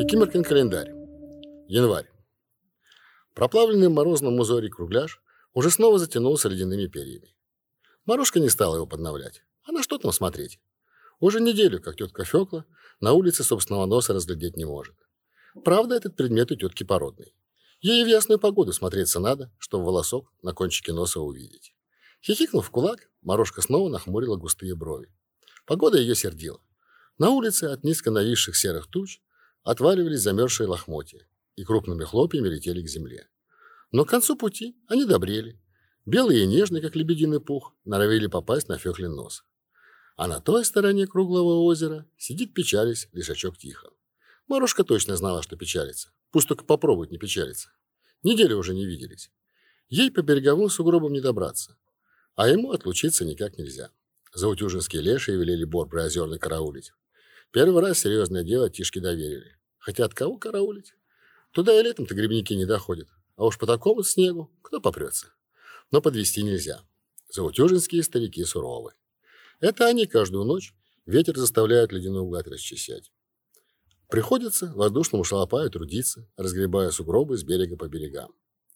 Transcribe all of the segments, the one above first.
Кикиморкин календарь. Январь. Проплавленный в морозном узоре кругляш уже снова затянулся ледяными перьями. Морошка не стала его подновлять. А на что там смотреть? Уже неделю, как тетка Фёкла на улице собственного носа разглядеть не может. Правда, этот предмет у тетки породный. Ей в ясную погоду смотреться надо, чтобы волосок на кончике носа увидеть. Хихикнув в кулак, Морошка снова нахмурила густые брови. Погода ее сердила. На улице от низко нависших серых туч отваливались замерзшие лохмотья и крупными хлопьями летели к земле. Но к концу пути они добрели. Белые и нежные, как лебединый пух, норовили попасть на Фёклин нос. А на той стороне круглого озера сидит печались лишачок Тихон. Морошка точно знала, что печалится. Пусть только попробует не печалиться. Недели уже не виделись. Ей по береговым сугробам не добраться. А ему отлучиться никак нельзя. Заутюжинские лешие велели Бор Приозерный караулить. Первый раз серьезное дело Тишке доверили. Хотя от кого караулить? Туда и летом-то грибники не доходят. А уж по такому снегу кто попрется? Но подвести нельзя. Заутюжинские старики суровы. Это они каждую ночь ветер заставляют ледяную гладь расчищать. Приходится воздушному шалопаю трудиться, разгребая сугробы с берега по берегам.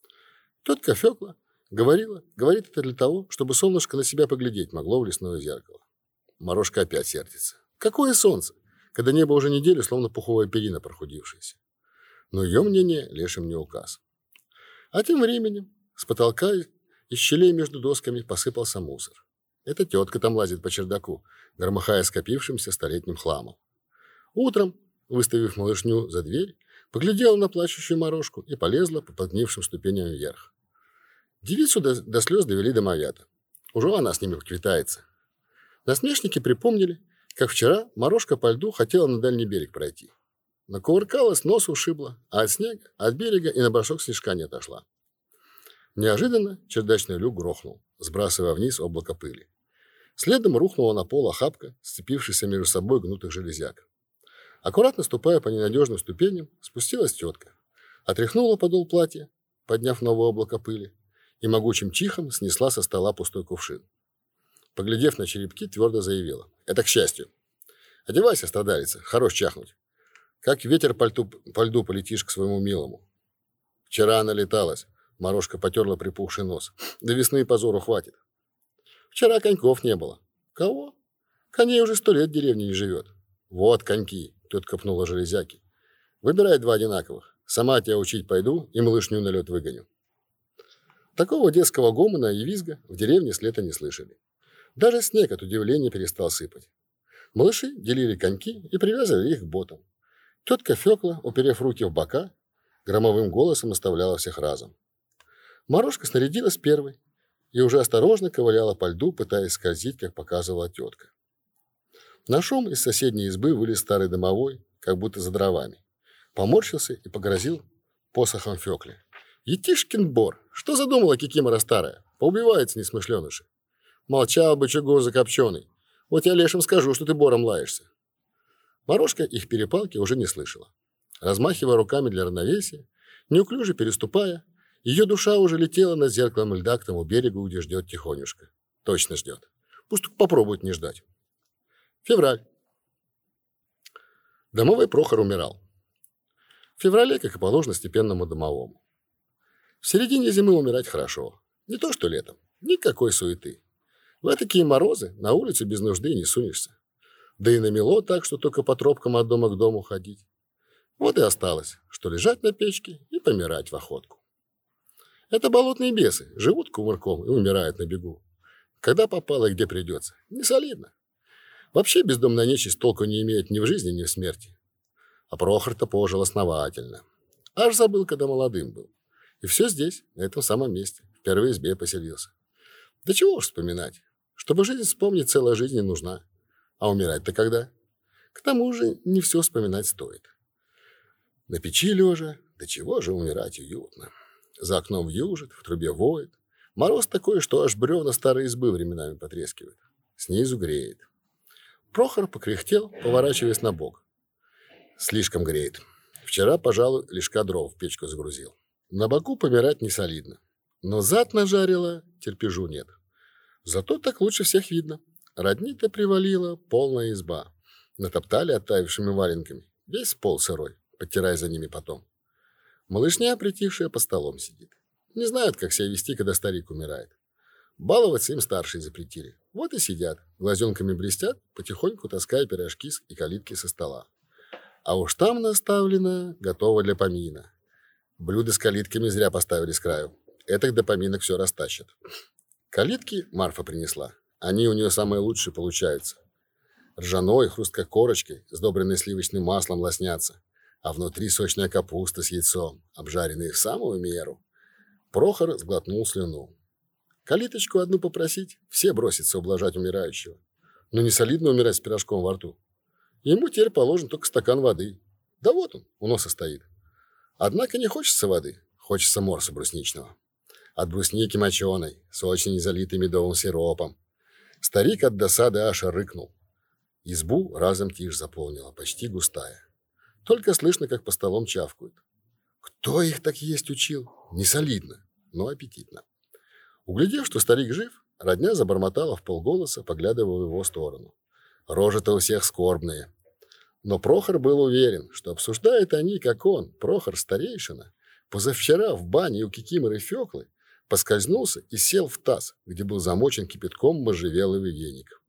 Тетка Фёкла говорит это для того, чтобы солнышко на себя поглядеть могло в лесное зеркало. Морошка опять сердится. Какое солнце, когда небо уже неделю словно пуховая перина прохудившаяся. Но ее мнение лешим не указ. А тем временем с потолка из щелей между досками посыпался мусор. Эта тетка там лазит по чердаку, громыхая скопившимся столетним хламом. Утром, выставив малышню за дверь, поглядела на плачущую Морошку и полезла по подгнившим ступеням вверх. Девицу до слез довели домовята. Уже она с ними поквитается. Насмешники припомнили, как вчера Морошка по льду хотела на дальний берег пройти. Накувыркалась, нос ушибла, а от снега, от берега и на бросок снежка не отошла. Неожиданно чердачный люк грохнул, сбрасывая вниз облако пыли. Следом рухнула на пол охапка, сцепившаяся между собой гнутых железяк. Аккуратно ступая по ненадежным ступеням, спустилась тетка. Отряхнула подол платья, подняв новое облако пыли, и могучим чихом снесла со стола пустой кувшин. Поглядев на черепки, твердо заявила. Это к счастью. Одевайся, страдалица, хорош чахнуть. Как ветер по льду полетишь к своему милому. Вчера она леталась. Морошка потерла припухший нос. До весны позору хватит. Вчера коньков не было. Кого? Коней уже 100 лет в деревне не живет. Вот коньки. Тетка пнула железяки. Выбирай 2 одинаковых. Сама тебя учить пойду и малышню на лед выгоню. Такого детского гомона и визга в деревне с лета не слышали. Даже снег от удивления перестал сыпать. Малыши делили коньки и привязывали их к ботам. Тетка Фёкла, уперев руки в бока, громовым голосом наставляла всех разом. Морошка снарядилась первой и уже осторожно ковыляла по льду, пытаясь скользить, как показывала тетка. На шум из соседней избы вылез старый домовой, как будто за дровами. Поморщился и погрозил посохом Фёкле. «Етишкин Бор! Что задумала кикимора старая? Поубивается несмышленыши! Молчал бы, чугур закопченый! Вот я лешим скажу, что ты бором лаешься!» Морошка их перепалки уже не слышала. Размахивая руками для равновесия, неуклюже переступая, ее душа уже летела над зеркалом льда к тому берегу, где ждет тихонюшка. Точно ждет. Пусть только попробует не ждать. Февраль. Домовой Прохор умирал. В феврале, как и положено степенному домовому. В середине зимы умирать хорошо. Не то что летом. Никакой суеты. В такие морозы на улицу без нужды не сунешься. Да и намело так, что только по тропкам от дома к дому ходить. Вот и осталось, что лежать на печке и помирать в охотку. Это болотные бесы, живут кувырком и умирают на бегу. Когда попало и где придется. Не солидно. Вообще бездомная нечисть толку не имеет ни в жизни, ни в смерти. А Прохор-то пожил основательно. Аж забыл, когда молодым был. И все здесь, на этом самом месте, в первой избе поселился. Да чего уж вспоминать. Чтобы жизнь вспомнить, целая жизнь не нужна. А умирать-то когда? К тому же не все вспоминать стоит. На печи лежа, до чего же умирать уютно. За окном вьюжит, в трубе воет. Мороз такой, что аж бревна старой избы временами потрескивает. Снизу греет. Прохор покряхтел, поворачиваясь на бок. Слишком греет. Вчера, пожалуй, лишка дров в печку загрузил. На боку помирать не солидно. Но зад нажарило, терпежу нет. Зато так лучше всех видно. Родни-то привалила полная изба. Натоптали оттаившими валенками. Весь пол сырой. подтирая за ними потом. Малышня, притихшая, под столом сидит. Не знают, как себя вести, когда старик умирает. Баловаться им старшие запретили. Вот и сидят, глазенками блестят, потихоньку таская пирожки и калитки со стола. А уж там наставлено, готово для помина. Блюда с калитками зря поставили с краю. Этак до поминок все растащат. Калитки Марфа принесла. Они у нее самые лучшие получаются. Ржаной, хрусткой корочкой, сдобренной сливочным маслом лоснятся. А внутри сочная капуста с яйцом, обжаренные в самую меру. Прохор сглотнул слюну. Калиточку одну попросить, все бросятся ублажать умирающего. Но не солидно умирать с пирожком во рту. Ему теперь положен только стакан воды. Да вот он, у носа стоит. Однако не хочется воды, хочется морса брусничного. От брусники моченой, сочно не залитой медовым сиропом. Старик от досады аж рыкнул. Избу разом тишь заполнила, почти густая. Только слышно, как по столам чавкают. Кто их так есть учил? Не солидно, но аппетитно. Углядев, что старик жив, родня забормотала вполголоса, поглядывая в его сторону. Рожи-то у всех скорбные. Но Прохор был уверен, что обсуждают они, как он, Прохор старейшина, позавчера в бане у Кикиморы Феклы поскользнулся и сел в таз, где был замочен кипятком можжевеловый веник.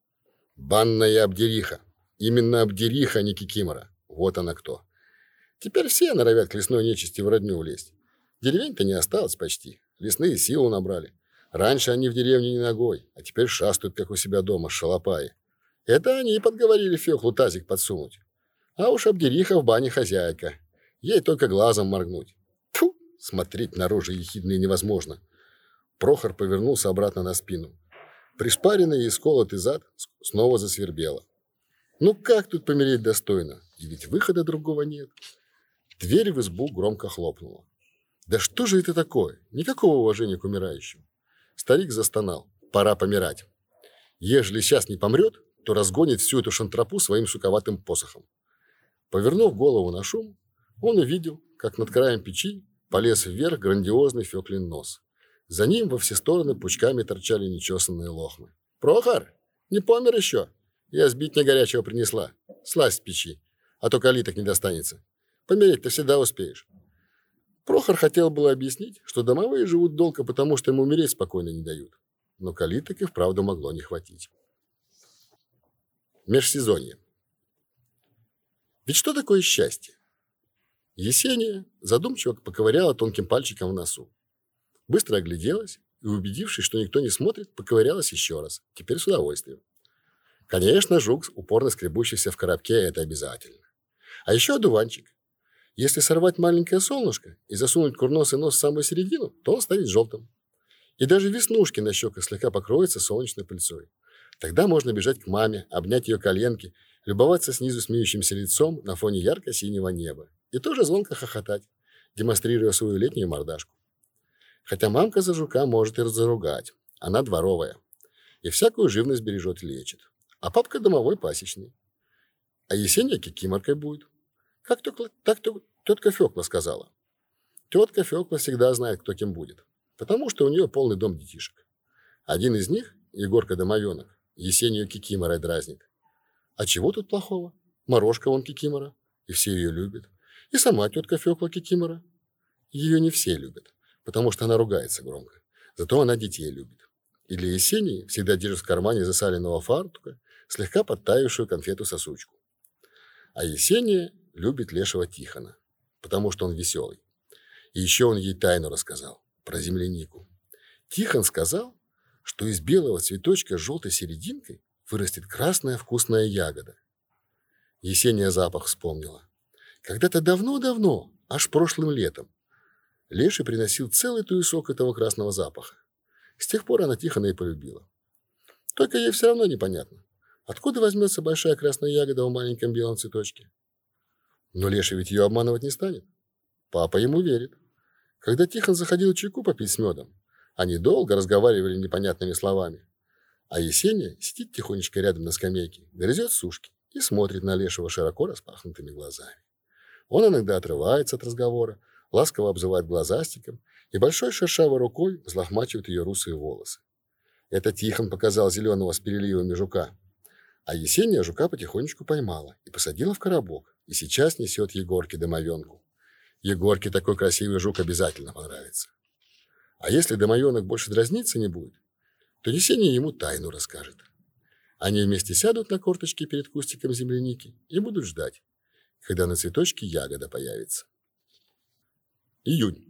Банная обдериха. Именно обдериха, а не Кикимора. Вот она кто. Теперь все норовят к лесной нечисти в родню влезть. Деревень-то не осталось почти. Лесные силу набрали. Раньше они в деревне не ногой, а теперь шастают, как у себя дома, шалопаи. Это они и подговорили Феклу тазик подсунуть. А уж обдериха в бане хозяйка. Ей только глазом моргнуть. Тьфу, смотреть на рожи ехидные невозможно. Прохор повернулся обратно на спину. Пришпаренный и сколотый зад снова засвербело. Ну как тут помереть достойно? И ведь выхода другого нет. Дверь в избу громко хлопнула. Да что же это такое? Никакого уважения к умирающим. Старик застонал. Пора помирать. Ежели сейчас не помрет, то разгонит всю эту шантропу своим суковатым посохом. Повернув голову на шум, он увидел, как над краем печи полез вверх грандиозный Феклин нос. За ним во все стороны пучками торчали нечесанные лохмы. «Прохор, не помер еще? Я сбитня горячего принесла. Слазь с печи, а то калиток не достанется. Помереть-то всегда успеешь». Прохор хотел было объяснить, что домовые живут долго, потому что им умереть спокойно не дают. Но калиток и вправду могло не хватить. Межсезонье. Ведь что такое счастье? Есения задумчиво поковыряла тонким пальчиком в носу. Быстро огляделась и, убедившись, что никто не смотрит, поковырялась еще раз, теперь с удовольствием. Конечно, жук, упорно скребущийся в коробке, это обязательно. А еще одуванчик. Если сорвать маленькое солнышко и засунуть курносый нос в самую середину, то он станет желтым. И даже веснушки на щеках слегка покроются солнечной пыльцой. Тогда можно бежать к маме, обнять ее коленки, любоваться снизу смеющимся лицом на фоне ярко-синего неба и тоже звонко хохотать, демонстрируя свою летнюю мордашку. Хотя мамка за жука может и заругать. Она дворовая. И всякую живность бережет и лечит. А папка домовой пасечный. А Есения кикиморкой будет. Как так тетка Фекла сказала. Тетка Фекла всегда знает, кто кем будет. Потому что у нее полный дом детишек. Один из них, Егорка Домовенок, Есению кикиморой дразнит. А чего тут плохого? Морошка вон кикимора. И все ее любят. И сама тетка Фекла кикимора. Ее не все любят, потому что она ругается громко. Зато она детей любит. И для Есении всегда держит в кармане засаленного фартука слегка подтаявшую конфету-сосучку. А Есения любит лешего Тихона, потому что он веселый. И еще он ей тайну рассказал про землянику. Тихон сказал, что из белого цветочка с желтой серединкой вырастет красная вкусная ягода. Есения запах вспомнила. Когда-то давно-давно, аж прошлым летом, Леший приносил целый туесок этого красного запаха. С тех пор она Тихона и полюбила. Только ей все равно непонятно, откуда возьмется большая красная ягода в маленьком белом цветочке. Но Леший ведь ее обманывать не станет. Папа ему верит. Когда Тихон заходил чайку попить с медом, они долго разговаривали непонятными словами. А Есения сидит тихонечко рядом на скамейке, грызет сушки и смотрит на Лешего широко распахнутыми глазами. Он иногда отрывается от разговора, ласково обзывает глазастиком и большой шершавой рукой взлохмачивает ее русые волосы. Это Тихон показал зеленого с переливами жука. А Есения жука потихонечку поймала и посадила в коробок, И сейчас несет Егорке домовенку. Егорке такой красивый жук обязательно понравится. А если домовенок больше дразниться не будет, то Есения ему тайну расскажет. Они вместе сядут на корточки перед кустиком земляники и будут ждать, когда на цветочке ягода появится. Июнь.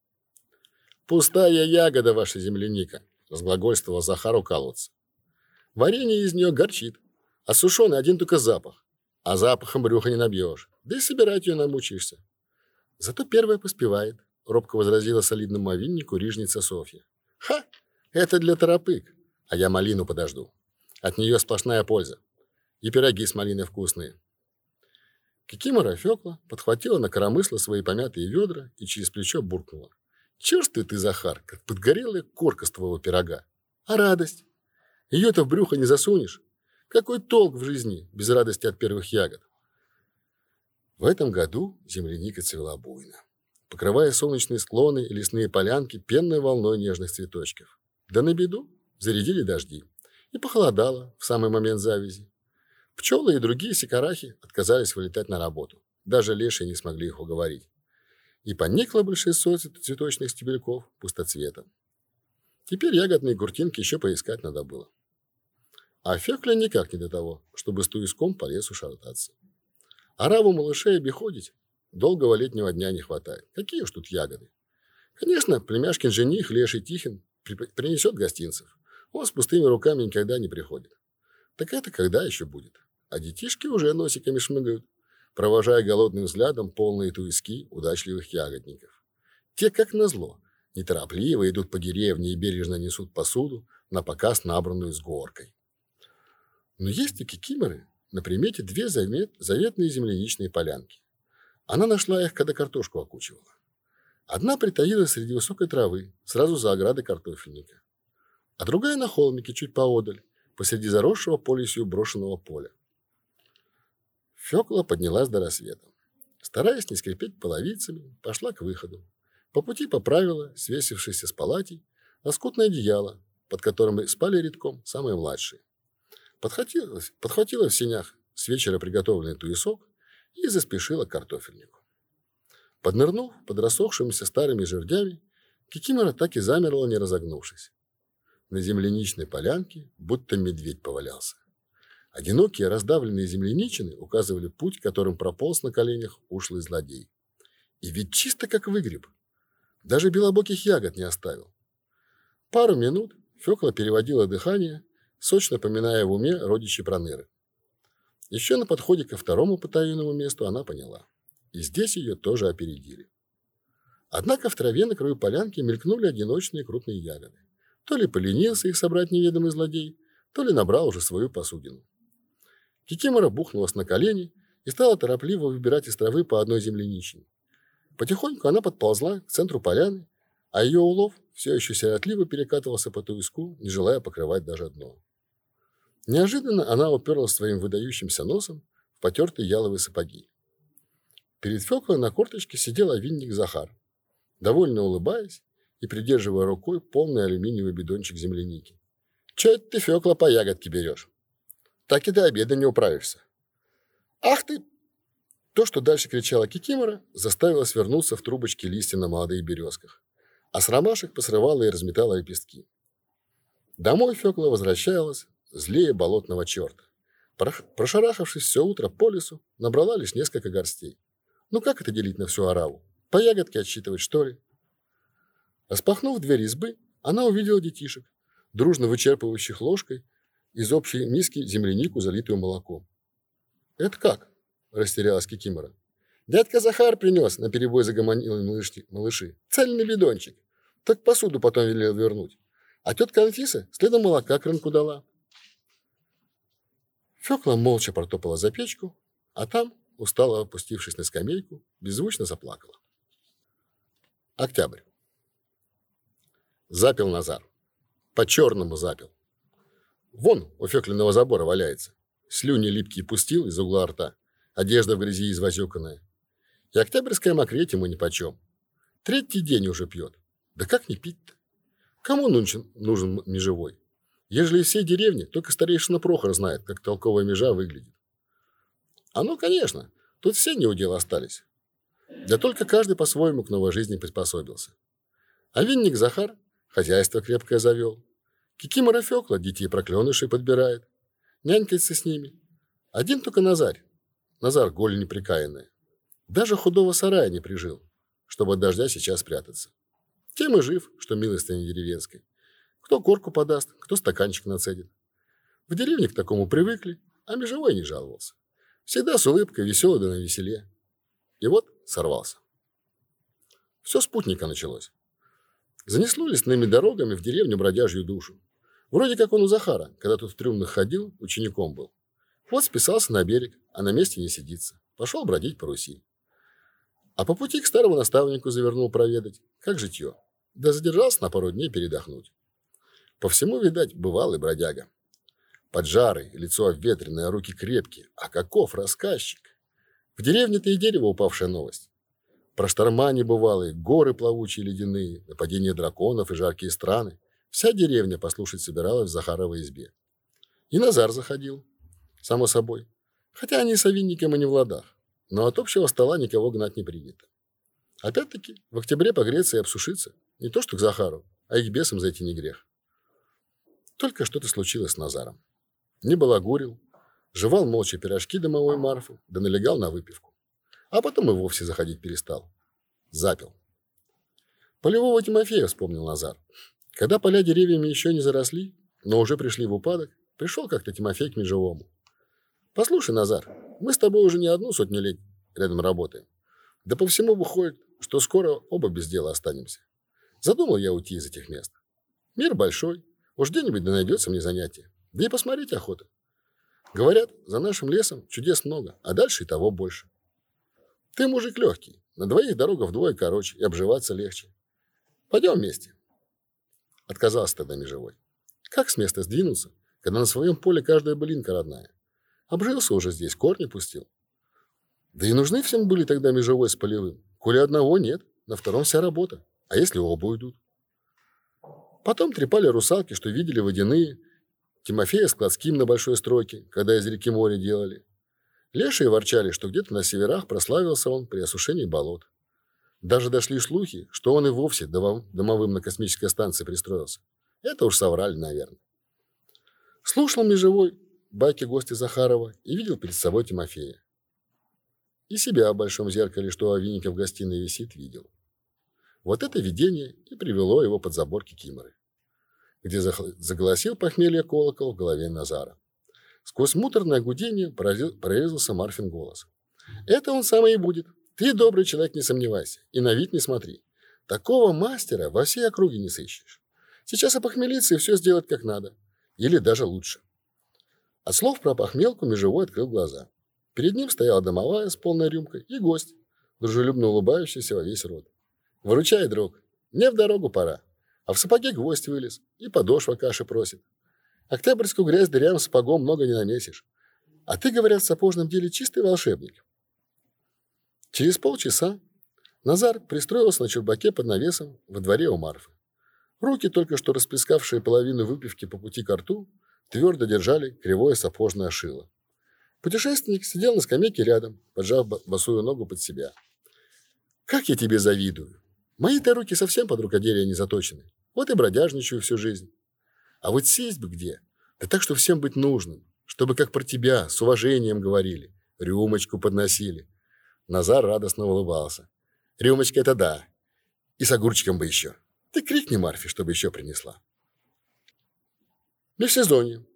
«Пустая ягода ваша земляника», — разглагольствовал Захар у колодца. «Варенье из нее горчит, а сушеный один только запах. А запахом брюха не набьешь, да и собирать ее намучаешься». «Зато первая поспевает», — робко возразила солидному овиннику рижница Софья. «Ха! Это для торопык, а я малину подожду. От нее сплошная польза. И пироги с малиной вкусные». Кикимора Фёкла подхватила на коромысло свои помятые ведра и через плечо буркнула: «Черствый ты, Захар, как подгорелая корка с твоего пирога. А радость? Ее-то в брюхо не засунешь. Какой толк в жизни без радости от первых ягод?» В этом году земляника цвела буйно, покрывая солнечные склоны и лесные полянки пенной волной нежных цветочков. Да на беду зарядили дожди, и похолодало в самый момент завязи. Пчелы и другие сикарахи отказались вылетать на работу. Даже лешие не смогли их уговорить. И поникло большинство цветочных стебельков пустоцветом. Теперь ягодные куртинки еще поискать надо было. А Фёкле никак не до того, чтобы с туиском по лесу шататься. Ораву малышей обиходить долгого летнего дня не хватает. Какие уж тут ягоды. Конечно, племяшкин жених Леший Тихин принесет гостинцев. Он с пустыми руками никогда не приходит. Так это когда еще будет? А детишки уже носиками шмыгают, провожая голодным взглядом полные туиски удачливых ягодников. Те, как назло, неторопливо идут по деревне и бережно несут посуду, на показ набранную с горкой. Но есть у Кикиморы на примете две заветные земляничные полянки. Она нашла их, когда картошку окучивала. Одна притаилась среди высокой травы, сразу за оградой картофельника, а другая на холмике чуть поодаль, посреди заросшего полисью брошенного поля. Фёкла поднялась до рассвета. Стараясь не скрипеть половицами, пошла к выходу. По пути поправила свесившееся с палатей лоскутное одеяло, под которым спали редком самые младшие. Подхватила в сенях с вечера приготовленный туесок и заспешила к картофельнику. Поднырнув под рассохшимися старыми жердями, Кикимора так и замерла, не разогнувшись. На земляничной полянке будто медведь повалялся. Одинокие раздавленные земляничины указывали путь, которым прополз на коленях ушлый злодей. И ведь чисто как выгреб. Даже белобоких ягод не оставил. Пару минут Фёкла переводила дыхание, сочно поминая в уме родичей Проныры. Еще на подходе ко второму потаенному месту она поняла. И здесь ее тоже опередили. Однако в траве на краю полянки мелькнули одиночные крупные ягоды. То ли поленился их собрать неведомый злодей, то ли набрал уже свою посудину. Кикимора бухнулась на колени и стала торопливо выбирать из травы по одной земляничине. Потихоньку она подползла к центру поляны, а ее улов все еще сиротливо перекатывался по туиску, не желая покрывать даже дно. Неожиданно она уперлась своим выдающимся носом в потертые яловые сапоги. Перед Фёклой на корточке сидел овинник Захар, довольно улыбаясь и придерживая рукой полный алюминиевый бидончик земляники. «Чё это ты, Фёкла, по ягодке берешь? Так и до обеда не управишься». «Ах ты!» То, что дальше кричала Кикимора, заставило свернуться в трубочки листья на молодых березках, а с ромашек посрывала и разметала лепестки. Домой Фёкла возвращалась злее болотного черта. Прошарахавшись все утро по лесу, набрала лишь несколько горстей. Ну как это делить на всю ораву? По ягодке отсчитывать, что ли? Распахнув дверь избы, она увидела детишек, дружно вычерпывающих ложкой из общей миски землянику, залитую молоком. «Это как?» – растерялась Кикимора. «Дядька Захар принес», – наперебой загомонили малыши. «Цельный бидончик. Так посуду потом велел вернуть. А тетка Анфиса следом молока к рынку дала». Фёкла молча протопала за печку, а там, устало опустившись на скамейку, беззвучно заплакала. Октябрь. Запил Назар. По-черному запил. Вон у Фёклиного забора валяется. Слюни липкие пустил из угла рта, одежда в грязи извозюканная. И октябрьская мокреть ему нипочем. Третий день уже пьет. Да как не пить-то? Кому нужен межевой? Ежели из всей деревни, только старейшина Прохор знает, как толковая межа выглядит. А ну, конечно, Тут все неудел остались. Да только каждый по-своему к новой жизни приспособился. А винник Захар хозяйство крепкое завел. Кикимора Фёкла детей проклёнышей подбирает. Нянькается с ними. Один только Назарь. Назар голь непрекаянная. Даже худого сарая не прижил, чтобы от дождя сейчас прятаться. Тем и жив, что милостыня деревенской. Кто корку подаст, кто стаканчик нацедит. В деревне к такому привыкли, а межевой не жаловался. Всегда с улыбкой, веселый да навеселе. И вот сорвался. Все с путника началось. Занесло лесными дорогами в деревню бродяжью душу. Вроде как он у Захара, когда тут в трюмных ходил, учеником был. Вот списался на берег, а на месте не сидится. Пошел бродить по Руси. А по пути к старому наставнику завернул проведать, как житье. Да задержался на пару дней передохнуть. По всему, видать, бывалый бродяга. Поджарый, лицо обветренное, руки крепкие. А каков рассказчик! В деревне-то и дерево упавшая новость. Про шторма небывалые, горы плавучие ледяные, нападение драконов и жаркие страны. Вся деревня послушать собиралась в Захаровой избе. И Назар заходил, само собой. Хотя они с овинником и не в ладах. Но от общего стола никого гнать не принято. Опять-таки, в октябре погреться и обсушиться. Не то что к Захару, а и к бесам зайти не грех. Только что-то случилось с Назаром. Не балагурил, жевал молча пирожки домовой Марфы, да налегал на выпивку. А потом и вовсе заходить перестал. Запил. Полевого Тимофея вспомнил Назар. Когда поля деревьями еще не заросли, но уже пришли в упадок, пришел как-то Тимофей к межевому. «Послушай, Назар, мы с тобой уже не одну сотню лет рядом работаем. Да по всему выходит, что скоро оба без дела останемся. Задумал я уйти из этих мест. Мир большой, уж где-нибудь да найдется мне занятие. Да и посмотреть охота. Говорят, за нашим лесом чудес много, а дальше и того больше. Ты мужик легкий, на двоих дорога вдвое короче и обживаться легче. Пойдем вместе». Отказался тогда межевой. Как с места сдвинуться, когда на своем поле каждая былинка родная? Обжился уже здесь, корни пустил. Да и нужны всем были тогда межевой с полевым. Коли одного нет, на втором вся работа. А если оба уйдут? Потом трепали русалки, что видели водяные, Тимофея с Кладским на большой стройке, когда из реки море делали. Лешие ворчали, что где-то на северах прославился он при осушении болот. Даже дошли слухи, что он и вовсе домовым на космической станции пристроился. Это уж соврали, наверное. Слушал межевой байки гостя Захарова и видел перед собой Тимофея. И себя в большом зеркале, что у овинника в гостиной висит, видел. Вот это видение и привело его под забор кикиморы, где заголосил похмелье колокол в голове Назара. Сквозь муторное гудение прорезался Марфин голос. «Это он самый и будет. Ты, добрый человек, не сомневайся, и на вид не смотри. Такого мастера во всей округе не сыщешь. Сейчас опохмелиться и все сделать как надо. Или даже лучше». От слов про похмелку межевой открыл глаза. Перед ним стояла домовая с полной рюмкой и гость, дружелюбно улыбающийся во весь рот. «Выручай, друг, мне в дорогу пора, а в сапоге гвоздь вылез и подошва каши просит. Октябрьскую грязь дырявым сапогом много не намесишь. А ты, говорят, в сапожном деле чистый волшебник». Через полчаса Назар пристроился на чурбаке под навесом во дворе у Марфы. Руки, только что расплескавшие половину выпивки по пути ко рту, твердо держали кривое сапожное шило. Путешественник сидел на скамейке рядом, поджав босую ногу под себя. «Как я тебе завидую! Мои-то руки совсем под рукоделие не заточены. Вот и бродяжничаю всю жизнь. А вот сесть бы где, да так, что всем быть нужным, чтобы как про тебя с уважением говорили, рюмочку подносили». Назар радостно улыбался. «Рюмочка — это да. И с огурчиком бы еще. Ты крикни Марфе, чтобы еще принесла». Межсезонье.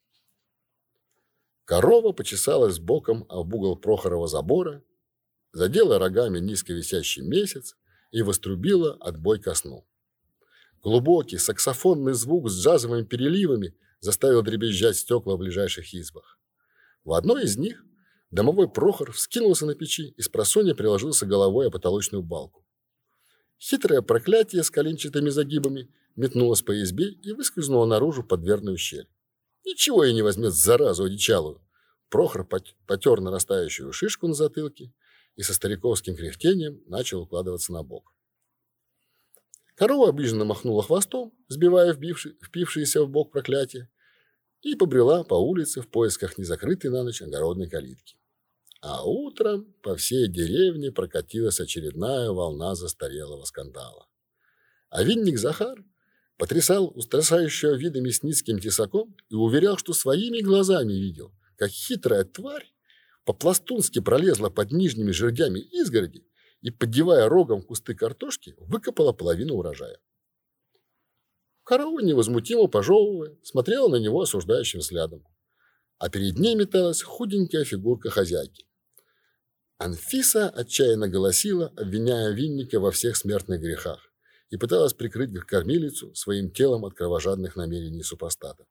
Корова почесалась боком об угол Прохорова забора, задела рогами низко висящий месяц и вострубила отбой ко сну. Глубокий саксофонный звук с джазовыми переливами заставил дребезжать стекла в ближайших избах. В одной из них домовой Прохор вскинулся на печи и спросонья приложился головой о потолочную балку. Хитрое проклятие с коленчатыми загибами метнулось по избе и выскользнуло наружу под дверную щель. Ничего и не возьмет заразу одичалую. Прохор потер нарастающую шишку на затылке и со стариковским кряхтением начал укладываться на бок. Корова обиженно махнула хвостом, сбивая впившиеся в бок проклятие, и побрела по улице в поисках незакрытой на ночь огородной калитки. А утром по всей деревне прокатилась очередная волна застарелого скандала. А винник Захар потрясал устрашающего вида мясницким тесаком и уверял, что своими глазами видел, как хитрая тварь по-пластунски пролезла под нижними жердями изгороди и, поддевая рогом кусты картошки, выкопала половину урожая. Корова, невозмутимо пожевывая, смотрела на него осуждающим взглядом, а перед ней металась худенькая фигурка хозяйки. Анфиса отчаянно голосила, обвиняя винника во всех смертных грехах, и пыталась прикрыть кормилицу своим телом от кровожадных намерений супостата.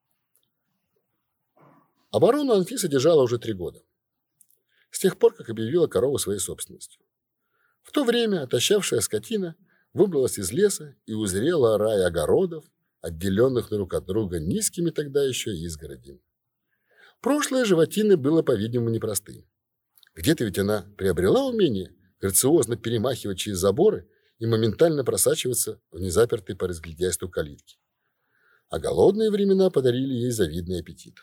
Оборону Анфиса держала уже 3 года, с тех пор, как объявила корову своей собственностью. В то время отощавшая скотина выбралась из леса и узрела рай огородов, отделенных друг от друга низкими тогда еще изгородями. Прошлое животины было, по-видимому, непростым. Где-то ведь она приобрела умение грациозно перемахивать через заборы и моментально просачиваться в незапертые по разглядяйству калитки. А голодные времена подарили ей завидный аппетит.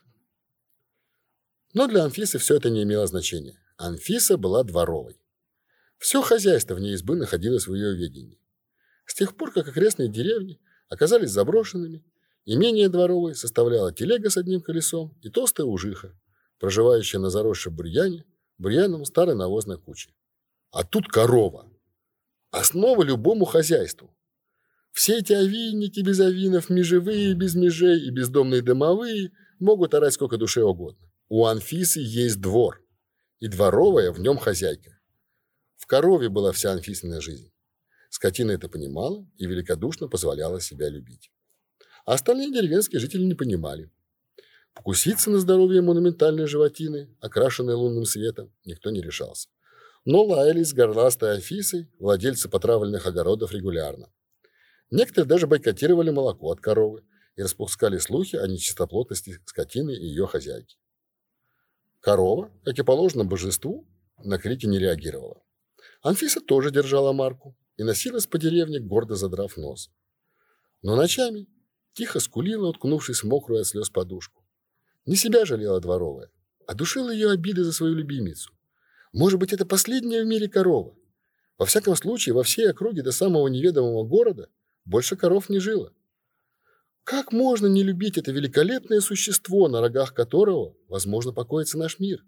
Но для Анфисы все это не имело значения. Анфиса была дворовой. Все хозяйство вне избы находилось в ее ведении. С тех пор, как окрестные деревни оказались заброшенными, имение дворовой составляло телега с одним колесом и толстая ужиха, проживающая на заросшем бурьяном старой навозной куче. А тут корова. Основа любому хозяйству. Все эти овинники без овинов, межевые без межей и бездомные домовые могут орать сколько душе угодно. У Анфисы есть двор, и дворовая в нем хозяйка. В корове была вся Анфисина жизнь. Скотина это понимала и великодушно позволяла себя любить. А остальные деревенские жители не понимали. Покуситься на здоровье монументальной животины, окрашенной лунным светом, никто не решался. Но лаялись с горластой Анфисой владельцы потравленных огородов регулярно. Некоторые даже бойкотировали молоко от коровы и распускали слухи о нечистоплотности скотины и ее хозяйки. Корова, как и положено божеству, на крики не реагировала. Анфиса тоже держала марку и носилась по деревне, гордо задрав нос. Но ночами тихо скулила, уткнувшись в мокрую от слез подушку. Не себя жалела дворовая, а душила ее обиды за свою любимицу. Может быть, это последняя в мире корова. Во всяком случае, во всей округе до самого неведомого города больше коров не жило. Как можно не любить это великолепное существо, на рогах которого, возможно, покоится наш мир?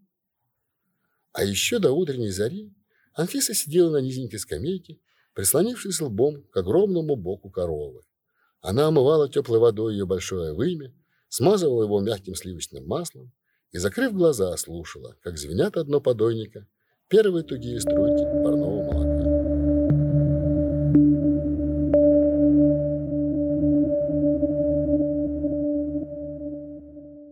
А еще до утренней зари Анфиса сидела на низенькой скамейке, прислонившись лбом к огромному боку коровы. Она омывала теплой водой ее большое вымя, смазывала его мягким сливочным маслом и, закрыв глаза, слушала, как звенят от дна подойника первые тугие струйки парного